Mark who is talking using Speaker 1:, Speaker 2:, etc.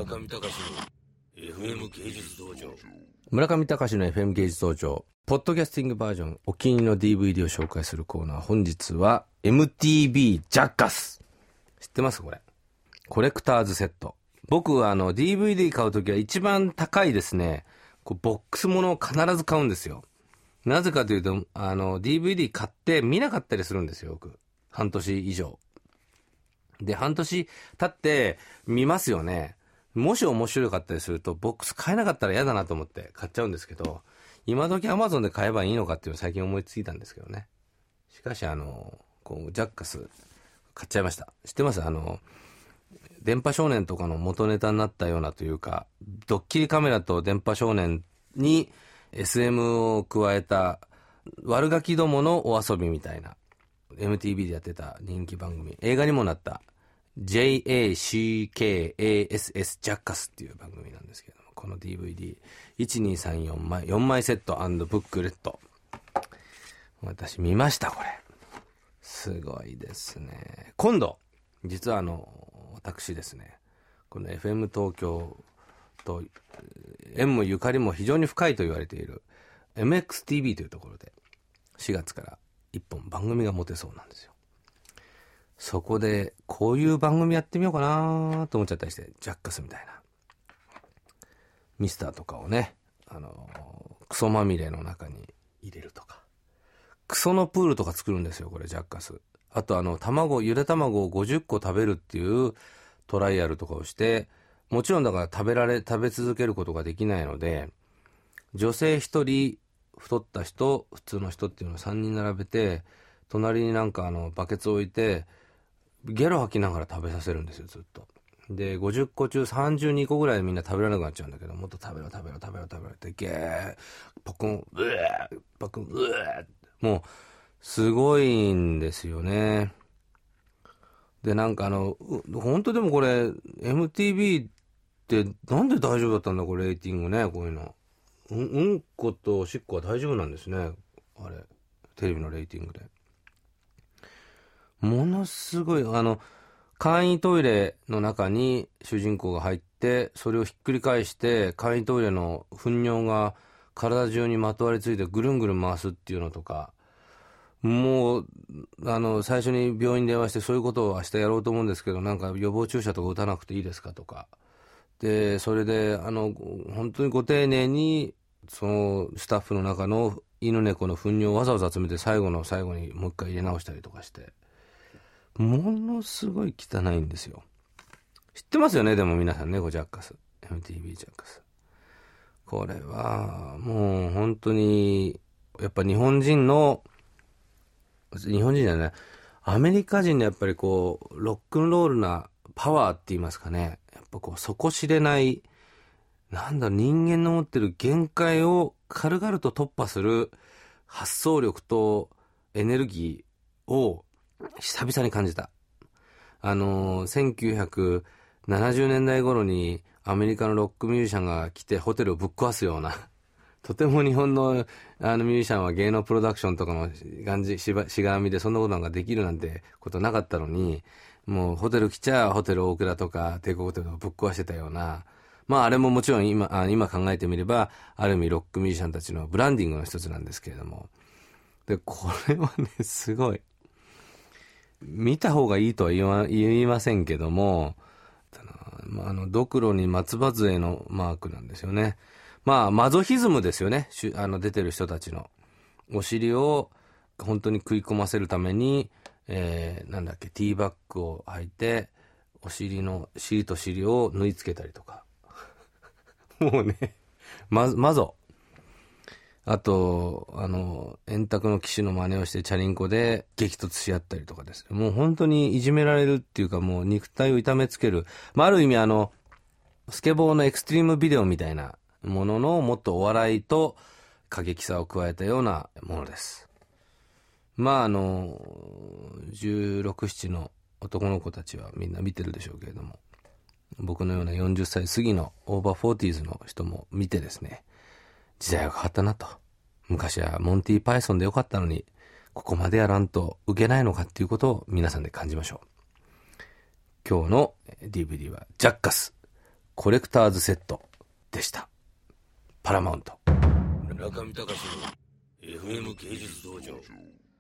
Speaker 1: 村上隆の FM 芸術道場。
Speaker 2: 村上隆の FM 芸術道場ポッドキャスティングバージョン、お気に入りの DVD を紹介するコーナー。本日は MTV ジャッカス。知ってますこれ？コレクターズセット。僕はDVD 買うときは一番高いですね、こうボックスものを必ず買うんですよ。なぜかというとDVD 買って見なかったりするんですよ。僕半年以上で、半年経って見ますよね。もし面白かったりするとボックス買えなかったら嫌だなと思って買っちゃうんですけど、今時 Amazon で買えばいいのかっていうのを最近思いついたんですけどね。しかしこうジャッカス買っちゃいました。知ってます？電波少年とかの元ネタになったようなというか、ドッキリカメラと電波少年に SM を加えた悪ガキどものお遊びみたいな MTV でやってた人気番組、映画にもなったJACKASS ジャッカスっていう番組なんですけども、この DVD1234 枚4枚セット&ブックレット、私見ました。これすごいですね。今度実は私ですね、この FM 東京と縁もゆかりも非常に深いと言われている MXTV というところで4月から1本番組が持てそうなんですよ。そこでこういう番組やってみようかなと思っちゃったりして、ジャッカスみたいなミスターとかをね、クソまみれの中に入れるとか、クソのプールとか作るんですよこれジャッカス。あとゆで卵を50個食べるっていうトライアルとかをして、もちろんだから食べ続けることができないので、女性1人、太った人、普通の人っていうのを3人並べて、隣になんかバケツを置いてゲロ吐きながら食べさせるんですよ、ずっと。で50個中32個ぐらいみんな食べられなくなっちゃうんだけど、もっと食べろってゲーパクンうえーパクンうえー、もうすごいんですよね。でなんか本当でもこれ MTV ってなんで大丈夫だったんだこれ、レーティングね。こういうのうんことおしっこは大丈夫なんですね、あれテレビのレーティングで。ものすごい簡易トイレの中に主人公が入って、それをひっくり返して簡易トイレの糞尿が体中にまとわりついてぐるんぐるん回すっていうのとか、もう最初に病院に電話して、そういうことを明日やろうと思うんですけど、なんか予防注射とか打たなくていいですかとかで、それで本当にご丁寧にそのスタッフの中の犬猫の糞尿をわざわざ集めて最後の最後にもう一回入れ直したりとかして、ものすごい汚いんですよ。知ってますよねでも皆さんね、ジャッカス MTV ジャッカス。これはもう本当にやっぱ日本人じゃない、アメリカ人のやっぱりこうロックンロールなパワーって言いますかね、やっぱこう底知れない人間の持ってる限界を軽々と突破する発想力とエネルギーを久々に感じた。1970年代頃にアメリカのロックミュージシャンが来てホテルをぶっ壊すような、とても日本のミュージシャンは芸能プロダクションとかのしがらみでそんなことなんかできるなんてことなかったのに、もうホテル来ちゃホテル大倉とか帝国ホテルとかぶっ壊してたような、まああれももちろん今考えてみればある意味ロックミュージシャンたちのブランディングの一つなんですけれども、でこれはねすごい見た方がいいとは言いませんけども、ドクロに松葉杖のマークなんですよね。まあマゾヒズムですよね。出てる人たちのお尻を本当に食い込ませるために、ティーバッグを履いてお尻と尻を縫い付けたりとかもうねマゾ、あと円卓の騎士の真似をしてチャリンコで激突し合ったりとかですね。もう本当にいじめられるっていうか、もう肉体を痛めつける、ある意味スケボーのエクストリームビデオみたいなもののもっとお笑いと過激さを加えたようなものです。まあ16、17の男の子たちはみんな見てるでしょうけれども、僕のような40歳過ぎのオーバーフォーティーズの人も見てですね、時代が変わったなと、昔はモンティ・パイソンでよかったのにここまでやらんと受けないのかっていうことを皆さんで感じましょう。今日の DVD はジャッカスコレクターズセットでした。パラマウント。
Speaker 1: 中見隆の FM 芸術道場。